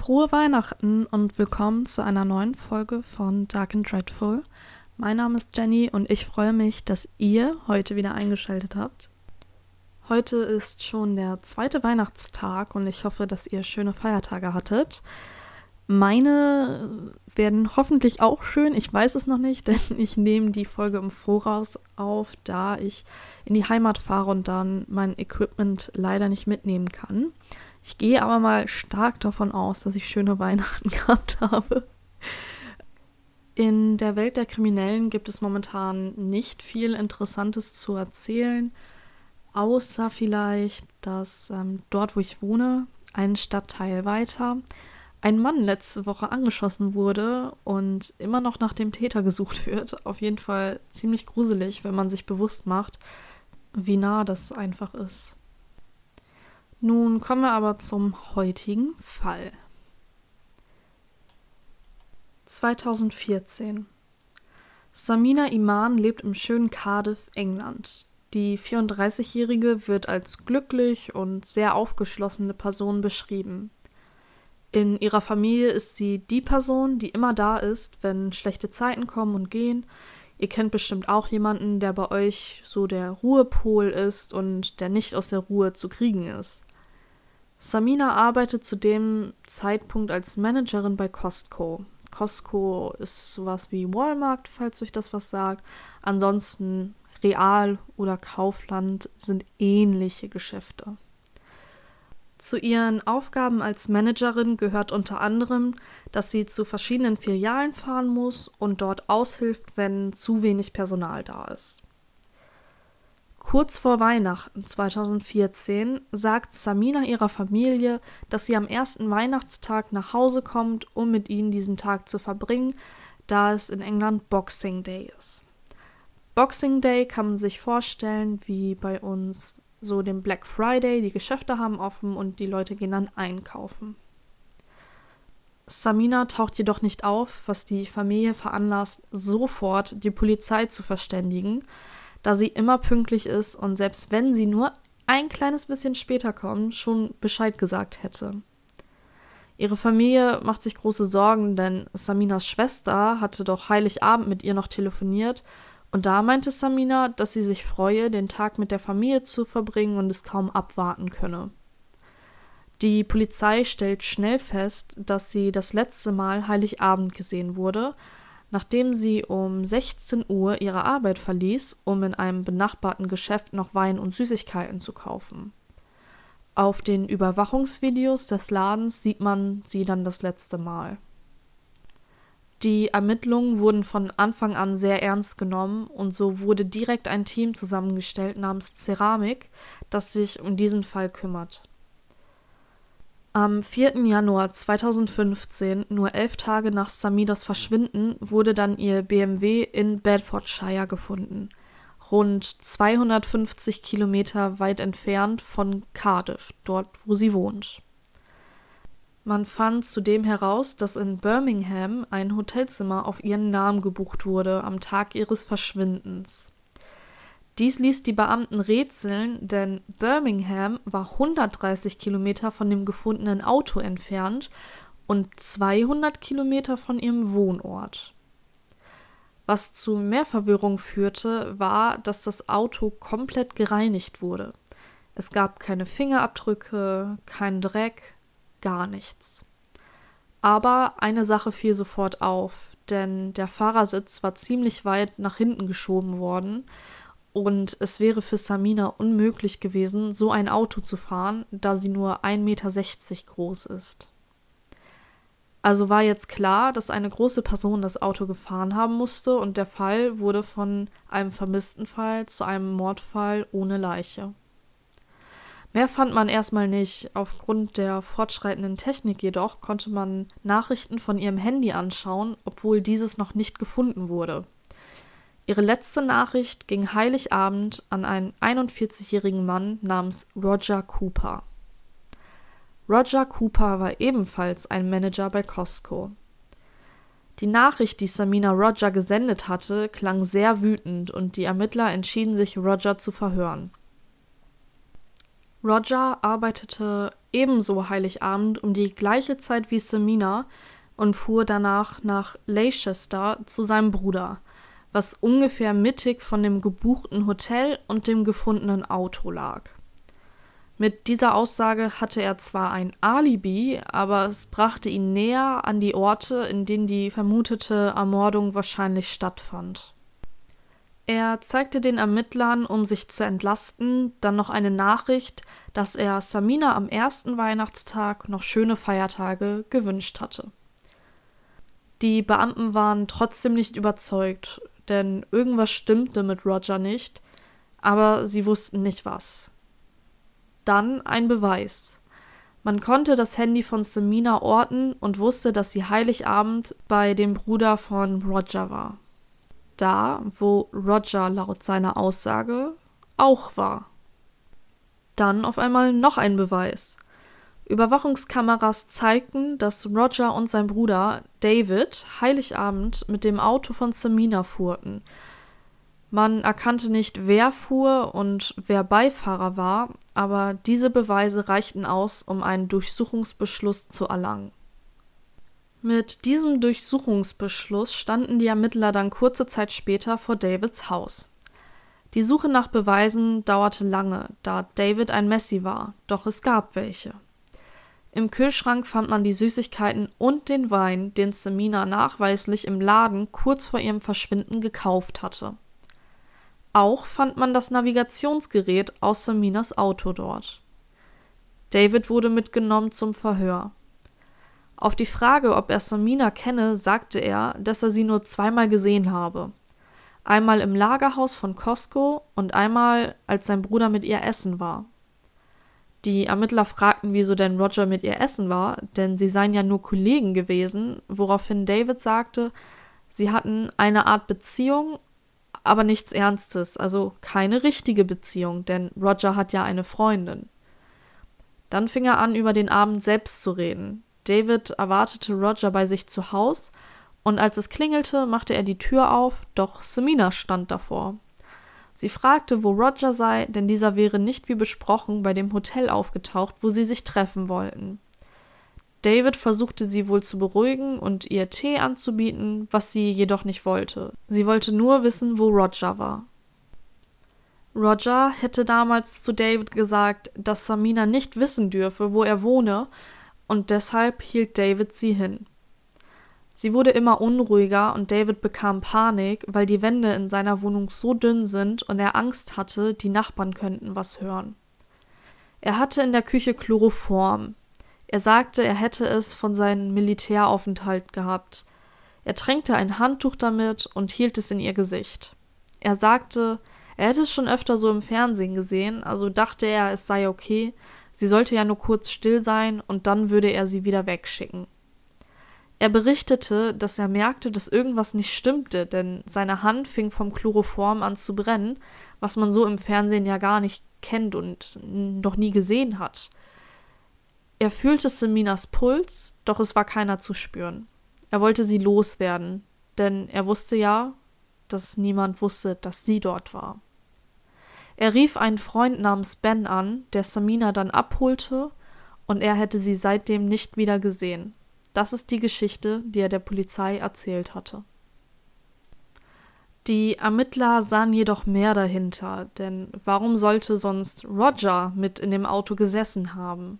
Frohe Weihnachten und willkommen zu einer neuen Folge von Dark and Dreadful. Mein Name ist Jenny und ich freue mich, dass ihr heute wieder eingeschaltet habt. Heute ist schon der zweite Weihnachtstag und ich hoffe, dass ihr schöne Feiertage hattet. Meine werden hoffentlich auch schön, ich weiß es noch nicht, denn ich nehme die Folge im Voraus auf, da ich in die Heimat fahre und dann mein Equipment leider nicht mitnehmen kann. Ich gehe aber mal stark davon aus, dass ich schöne Weihnachten gehabt habe. In der Welt der Kriminellen gibt es momentan nicht viel Interessantes zu erzählen, außer vielleicht, dass dort, wo ich wohne, einen Stadtteil weiter, ein Mann letzte Woche angeschossen wurde und immer noch nach dem Täter gesucht wird. Auf jeden Fall ziemlich gruselig, wenn man sich bewusst macht, wie nah das einfach ist. Nun kommen wir aber zum heutigen Fall. 2014. Samina Iman lebt im schönen Cardiff, England. Die 34-Jährige wird als glücklich und sehr aufgeschlossene Person beschrieben. In ihrer Familie ist sie die Person, die immer da ist, wenn schlechte Zeiten kommen und gehen. Ihr kennt bestimmt auch jemanden, der bei euch so der Ruhepol ist und der nicht aus der Ruhe zu kriegen ist. Samina arbeitet zu dem Zeitpunkt als Managerin bei Costco. Costco ist sowas wie Walmart, falls euch das was sagt. Ansonsten Real oder Kaufland sind ähnliche Geschäfte. Zu ihren Aufgaben als Managerin gehört unter anderem, dass sie zu verschiedenen Filialen fahren muss und dort aushilft, wenn zu wenig Personal da ist. Kurz vor Weihnachten 2014 sagt Samina ihrer Familie, dass sie am ersten Weihnachtstag nach Hause kommt, um mit ihnen diesen Tag zu verbringen, da es in England Boxing Day ist. Boxing Day kann man sich vorstellen wie bei uns so den Black Friday, die Geschäfte haben offen und die Leute gehen dann einkaufen. Samina taucht jedoch nicht auf, was die Familie veranlasst, sofort die Polizei zu verständigen, da sie immer pünktlich ist und selbst wenn sie nur ein kleines bisschen später kommt, schon Bescheid gesagt hätte. Ihre Familie macht sich große Sorgen, denn Saminas Schwester hatte doch Heiligabend mit ihr noch telefoniert und da meinte Samina, dass sie sich freue, den Tag mit der Familie zu verbringen und es kaum abwarten könne. Die Polizei stellt schnell fest, dass sie das letzte Mal Heiligabend gesehen wurde, nachdem sie um 16 Uhr ihre Arbeit verließ, um in einem benachbarten Geschäft noch Wein und Süßigkeiten zu kaufen. Auf den Überwachungsvideos des Ladens sieht man sie dann das letzte Mal. Die Ermittlungen wurden von Anfang an sehr ernst genommen und so wurde direkt ein Team zusammengestellt namens Ceramik, das sich um diesen Fall kümmert. Am 4. Januar 2015, nur 11 Tage nach Saminas Verschwinden, wurde dann ihr BMW in Bedfordshire gefunden, rund 250 Kilometer weit entfernt von Cardiff, dort wo sie wohnt. Man fand zudem heraus, dass in Birmingham ein Hotelzimmer auf ihren Namen gebucht wurde am Tag ihres Verschwindens. Dies ließ die Beamten rätseln, denn Birmingham war 130 Kilometer von dem gefundenen Auto entfernt und 200 Kilometer von ihrem Wohnort. Was zu mehr Verwirrung führte, war, dass das Auto komplett gereinigt wurde. Es gab keine Fingerabdrücke, keinen Dreck, gar nichts. Aber eine Sache fiel sofort auf, denn der Fahrersitz war ziemlich weit nach hinten geschoben worden und es wäre für Samina unmöglich gewesen, so ein Auto zu fahren, da sie nur 1,60 Meter groß ist. Also war jetzt klar, dass eine große Person das Auto gefahren haben musste und der Fall wurde von einem vermissten Fall zu einem Mordfall ohne Leiche. Mehr fand man erstmal nicht. Aufgrund der fortschreitenden Technik jedoch konnte man Nachrichten von ihrem Handy anschauen, obwohl dieses noch nicht gefunden wurde. Ihre letzte Nachricht ging Heiligabend an einen 41-jährigen Mann namens Roger Cooper. Roger Cooper war ebenfalls ein Manager bei Costco. Die Nachricht, die Samina Roger gesendet hatte, klang sehr wütend und die Ermittler entschieden sich, Roger zu verhören. Roger arbeitete ebenso Heiligabend um die gleiche Zeit wie Semina und fuhr danach nach Leicester zu seinem Bruder, was ungefähr mittig von dem gebuchten Hotel und dem gefundenen Auto lag. Mit dieser Aussage hatte er zwar ein Alibi, aber es brachte ihn näher an die Orte, in denen die vermutete Ermordung wahrscheinlich stattfand. Er zeigte den Ermittlern, um sich zu entlasten, dann noch eine Nachricht, dass er Samina am ersten Weihnachtstag noch schöne Feiertage gewünscht hatte. Die Beamten waren trotzdem nicht überzeugt, denn irgendwas stimmte mit Roger nicht, aber sie wussten nicht was. Dann ein Beweis. Man konnte das Handy von Semina orten und wusste, dass sie Heiligabend bei dem Bruder von Roger war. Da, wo Roger laut seiner Aussage auch war. Dann auf einmal noch ein Beweis. Überwachungskameras zeigten, dass Roger und sein Bruder David Heiligabend mit dem Auto von Semina fuhrten. Man erkannte nicht, wer fuhr und wer Beifahrer war, aber diese Beweise reichten aus, um einen Durchsuchungsbeschluss zu erlangen. Mit diesem Durchsuchungsbeschluss standen die Ermittler dann kurze Zeit später vor Davids Haus. Die Suche nach Beweisen dauerte lange, da David ein Messi war, doch es gab welche. Im Kühlschrank fand man die Süßigkeiten und den Wein, den Semina nachweislich im Laden kurz vor ihrem Verschwinden gekauft hatte. Auch fand man das Navigationsgerät aus Seminas Auto dort. David wurde mitgenommen zum Verhör. Auf die Frage, ob er Semina kenne, sagte er, dass er sie nur zweimal gesehen habe. Einmal im Lagerhaus von Costco und einmal, als sein Bruder mit ihr essen war. Die Ermittler fragten, wieso denn Roger mit ihr essen war, denn sie seien ja nur Kollegen gewesen, woraufhin David sagte, sie hatten eine Art Beziehung, aber nichts Ernstes, also keine richtige Beziehung, denn Roger hat ja eine Freundin. Dann fing er an, über den Abend selbst zu reden. David erwartete Roger bei sich zu Haus und als es klingelte, machte er die Tür auf, doch Semina stand davor. Sie fragte, wo Roger sei, denn dieser wäre nicht wie besprochen bei dem Hotel aufgetaucht, wo sie sich treffen wollten. David versuchte sie wohl zu beruhigen und ihr Tee anzubieten, was sie jedoch nicht wollte. Sie wollte nur wissen, wo Roger war. Roger hätte damals zu David gesagt, dass Semina nicht wissen dürfe, wo er wohne, und deshalb hielt David sie hin. Sie wurde immer unruhiger und David bekam Panik, weil die Wände in seiner Wohnung so dünn sind und er Angst hatte, die Nachbarn könnten was hören. Er hatte in der Küche Chloroform. Er sagte, er hätte es von seinem Militäraufenthalt gehabt. Er tränkte ein Handtuch damit und hielt es in ihr Gesicht. Er sagte, er hätte es schon öfter so im Fernsehen gesehen, also dachte er, es sei okay, sie sollte ja nur kurz still sein und dann würde er sie wieder wegschicken. Er berichtete, dass er merkte, dass irgendwas nicht stimmte, denn seine Hand fing vom Chloroform an zu brennen, was man so im Fernsehen ja gar nicht kennt und noch nie gesehen hat. Er fühlte Seminas Puls, doch es war keiner zu spüren. Er wollte sie loswerden, denn er wusste ja, dass niemand wusste, dass sie dort war. Er rief einen Freund namens Ben an, der Semina dann abholte, und er hätte sie seitdem nicht wieder gesehen. Das ist die Geschichte, die er der Polizei erzählt hatte. Die Ermittler sahen jedoch mehr dahinter, denn warum sollte sonst Roger mit in dem Auto gesessen haben?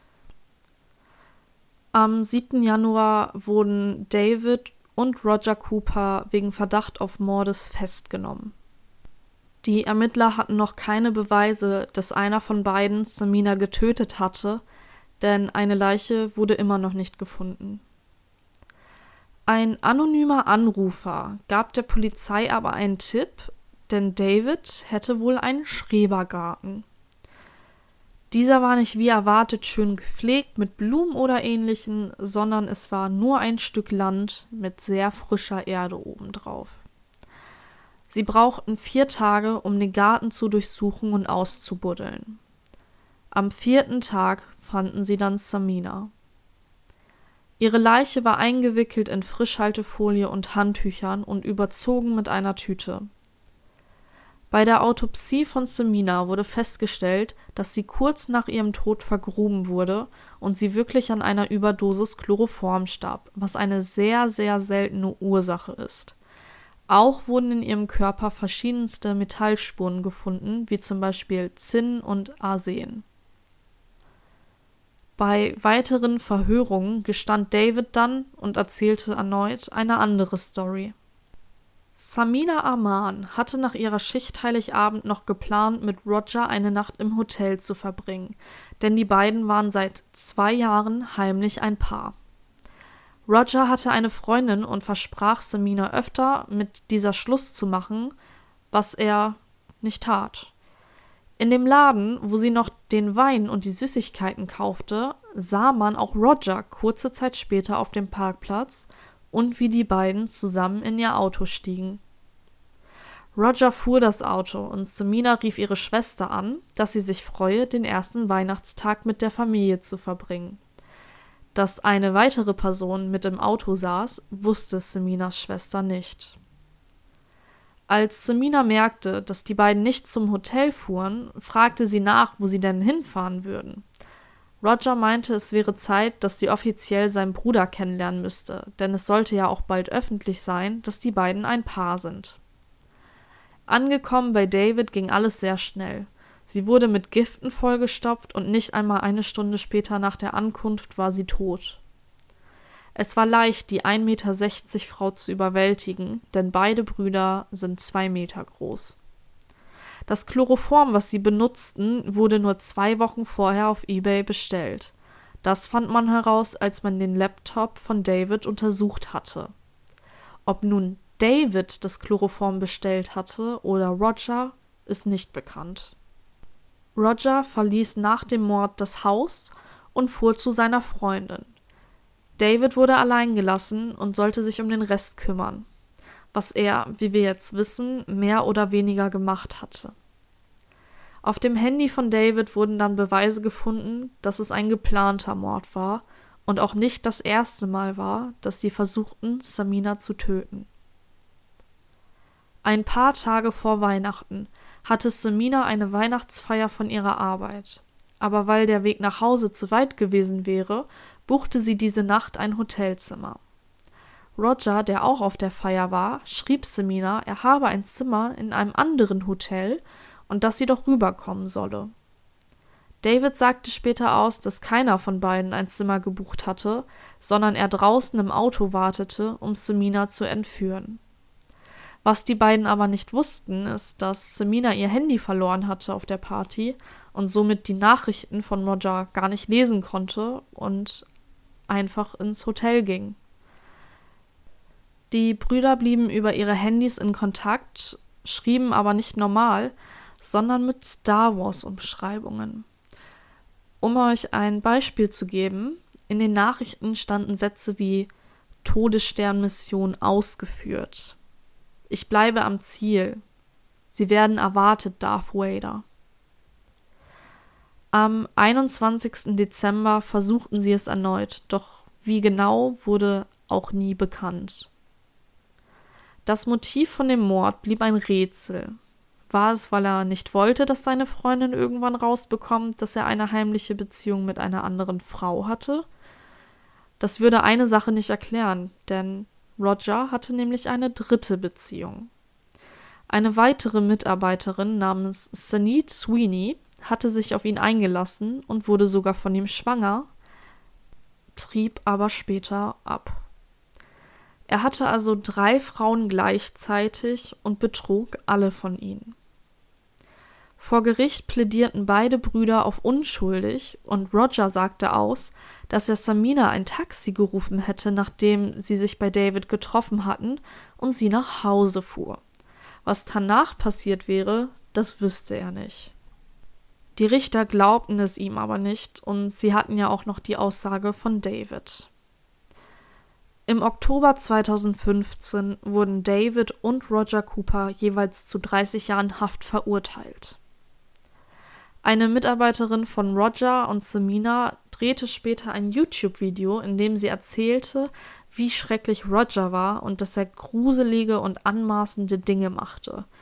Am 7. Januar wurden David und Roger Cooper wegen Verdacht auf Mordes festgenommen. Die Ermittler hatten noch keine Beweise, dass einer von beiden Semina getötet hatte, denn eine Leiche wurde immer noch nicht gefunden. Ein anonymer Anrufer gab der Polizei aber einen Tipp, denn David hätte wohl einen Schrebergarten. Dieser war nicht wie erwartet schön gepflegt mit Blumen oder Ähnlichem, sondern es war nur ein Stück Land mit sehr frischer Erde obendrauf. Sie brauchten 4 Tage, um den Garten zu durchsuchen und auszubuddeln. Am 4. Tag fanden sie dann Semina. Ihre Leiche war eingewickelt in Frischhaltefolie und Handtüchern und überzogen mit einer Tüte. Bei der Autopsie von Semina wurde festgestellt, dass sie kurz nach ihrem Tod vergruben wurde und sie wirklich an einer Überdosis Chloroform starb, was eine sehr, sehr seltene Ursache ist. Auch wurden in ihrem Körper verschiedenste Metallspuren gefunden, wie zum Beispiel Zinn und Arsen. Bei weiteren Verhörungen gestand David dann und erzählte erneut eine andere Story. Samina Aman hatte nach ihrer Schicht Heiligabend noch geplant, mit Roger eine Nacht im Hotel zu verbringen, denn die beiden waren seit 2 Jahren heimlich ein Paar. Roger hatte eine Freundin und versprach Samina öfter, mit dieser Schluss zu machen, was er nicht tat. In dem Laden, wo sie noch den Wein und die Süßigkeiten kaufte, sah man auch Roger kurze Zeit später auf dem Parkplatz und wie die beiden zusammen in ihr Auto stiegen. Roger fuhr das Auto und Samina rief ihre Schwester an, dass sie sich freue, den ersten Weihnachtstag mit der Familie zu verbringen. Dass eine weitere Person mit im Auto saß, wusste Saminas Schwester nicht. Als Samina merkte, dass die beiden nicht zum Hotel fuhren, fragte sie nach, wo sie denn hinfahren würden. Roger meinte, es wäre Zeit, dass sie offiziell seinen Bruder kennenlernen müsste, denn es sollte ja auch bald öffentlich sein, dass die beiden ein Paar sind. Angekommen bei David ging alles sehr schnell. Sie wurde mit Giften vollgestopft und nicht einmal eine Stunde später nach der Ankunft war sie tot. Es war leicht, die 1,60 Meter Frau zu überwältigen, denn beide Brüder sind 2 Meter groß. Das Chloroform, was sie benutzten, wurde nur 2 Wochen vorher auf eBay bestellt. Das fand man heraus, als man den Laptop von David untersucht hatte. Ob nun David das Chloroform bestellt hatte oder Roger, ist nicht bekannt. Roger verließ nach dem Mord das Haus und fuhr zu seiner Freundin. David wurde allein gelassen und sollte sich um den Rest kümmern, was er, wie wir jetzt wissen, mehr oder weniger gemacht hatte. Auf dem Handy von David wurden dann Beweise gefunden, dass es ein geplanter Mord war und auch nicht das erste Mal war, dass sie versuchten, Samina zu töten. Ein paar Tage vor Weihnachten hatte Samina eine Weihnachtsfeier von ihrer Arbeit. Aber weil der Weg nach Hause zu weit gewesen wäre, buchte sie diese Nacht ein Hotelzimmer. Roger, der auch auf der Feier war, schrieb Samina, er habe ein Zimmer in einem anderen Hotel und dass sie doch rüberkommen solle. David sagte später aus, dass keiner von beiden ein Zimmer gebucht hatte, sondern er draußen im Auto wartete, um Samina zu entführen. Was die beiden aber nicht wussten, ist, dass Samina ihr Handy verloren hatte auf der Party und somit die Nachrichten von Roger gar nicht lesen konnte und einfach ins Hotel ging. Die Brüder blieben über ihre Handys in Kontakt, schrieben aber nicht normal, sondern mit Star Wars-Umschreibungen. Um euch ein Beispiel zu geben, in den Nachrichten standen Sätze wie Todessternmission ausgeführt. Ich bleibe am Ziel. Sie werden erwartet, Darth Vader. Am 21. Dezember versuchten sie es erneut, doch wie genau wurde auch nie bekannt. Das Motiv von dem Mord blieb ein Rätsel. War es, weil er nicht wollte, dass seine Freundin irgendwann rausbekommt, dass er eine heimliche Beziehung mit einer anderen Frau hatte? Das würde eine Sache nicht erklären, denn Roger hatte nämlich eine 3. Beziehung. Eine weitere Mitarbeiterin namens Sinead Sweeney hatte sich auf ihn eingelassen und wurde sogar von ihm schwanger, trieb aber später ab. Er hatte also 3 Frauen gleichzeitig und betrug alle von ihnen. Vor Gericht plädierten beide Brüder auf unschuldig und Roger sagte aus, dass er Samina ein Taxi gerufen hätte, nachdem sie sich bei David getroffen hatten und sie nach Hause fuhr. Was danach passiert wäre, das wüsste er nicht. Die Richter glaubten es ihm aber nicht und sie hatten ja auch noch die Aussage von David. Im Oktober 2015 wurden David und Roger Cooper jeweils zu 30 Jahren Haft verurteilt. Eine Mitarbeiterin von Roger und Samina drehte später ein YouTube-Video, in dem sie erzählte, wie schrecklich Roger war und dass er gruselige und anmaßende Dinge machte.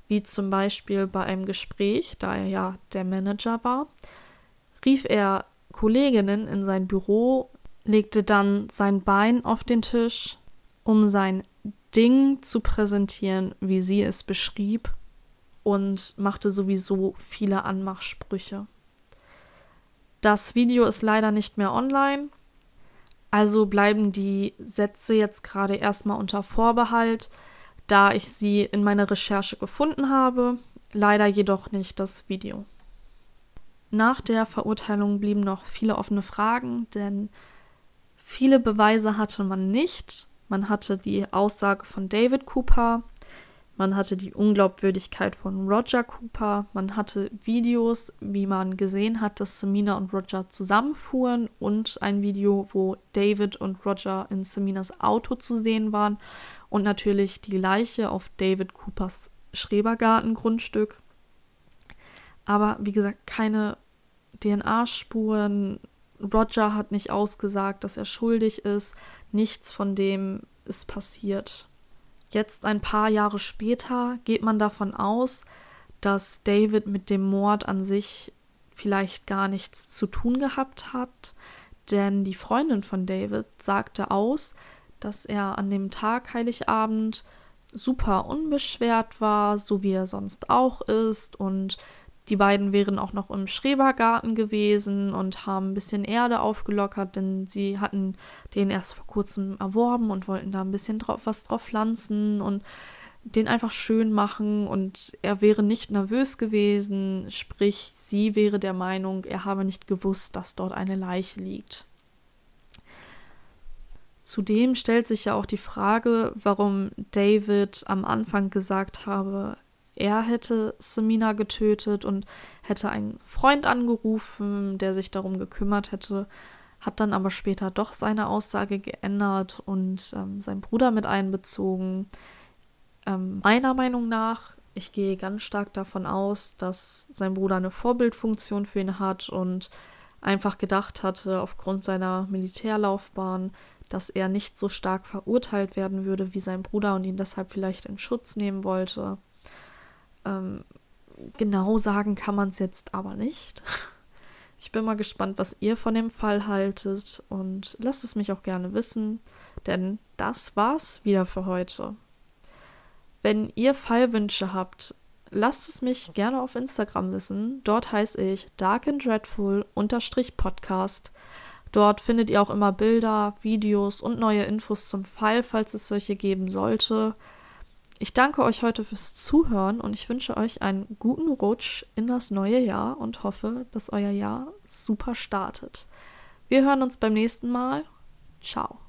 wie zum Beispiel bei einem Gespräch, da er ja der Manager war, rief er Kolleginnen in sein Büro, legte dann sein Bein auf den Tisch, um sein Ding zu präsentieren, wie sie es beschrieb, und machte sowieso viele Anmachsprüche. Das Video ist leider nicht mehr online, also bleiben die Sätze jetzt gerade erstmal unter Vorbehalt, da ich sie in meiner Recherche gefunden habe, leider jedoch nicht das Video. Nach der Verurteilung blieben noch viele offene Fragen, denn viele Beweise hatte man nicht. Man hatte die Aussage von David Cooper, man hatte die Unglaubwürdigkeit von Roger Cooper, man hatte Videos, wie man gesehen hat, dass Semina und Roger zusammenfuhren, und ein Video, wo David und Roger in Seminas Auto zu sehen waren, und natürlich die Leiche auf David Coopers Schrebergartengrundstück. Aber wie gesagt, keine DNA-Spuren. Roger hat nicht ausgesagt, dass er schuldig ist. Nichts von dem ist passiert. Jetzt, ein paar Jahre später, geht man davon aus, dass David mit dem Mord an sich vielleicht gar nichts zu tun gehabt hat, denn die Freundin von David sagte aus, dass er an dem Tag Heiligabend super unbeschwert war, so wie er sonst auch ist, und die beiden wären auch noch im Schrebergarten gewesen und haben ein bisschen Erde aufgelockert, denn sie hatten den erst vor kurzem erworben und wollten da ein bisschen was drauf pflanzen und den einfach schön machen, und er wäre nicht nervös gewesen, sprich, sie wäre der Meinung, er habe nicht gewusst, dass dort eine Leiche liegt. Zudem stellt sich ja auch die Frage, warum David am Anfang gesagt habe, er hätte Semina getötet und hätte einen Freund angerufen, der sich darum gekümmert hätte, hat dann aber später doch seine Aussage geändert und seinen Bruder mit einbezogen. Meiner Meinung nach, ich gehe ganz stark davon aus, dass sein Bruder eine Vorbildfunktion für ihn hat und einfach gedacht hatte, aufgrund seiner Militärlaufbahn, dass er nicht so stark verurteilt werden würde wie sein Bruder und ihn deshalb vielleicht in Schutz nehmen wollte. Genau sagen kann man es jetzt aber nicht. Ich bin mal gespannt, was ihr von dem Fall haltet, und lasst es mich auch gerne wissen, denn das war's wieder für heute. Wenn ihr Fallwünsche habt, lasst es mich gerne auf Instagram wissen. Dort heiße ich darkandreadful_podcast. Dort findet ihr auch immer Bilder, Videos und neue Infos zum Fall, falls es solche geben sollte. Ich danke euch heute fürs Zuhören und ich wünsche euch einen guten Rutsch in das neue Jahr und hoffe, dass euer Jahr super startet. Wir hören uns beim nächsten Mal. Ciao.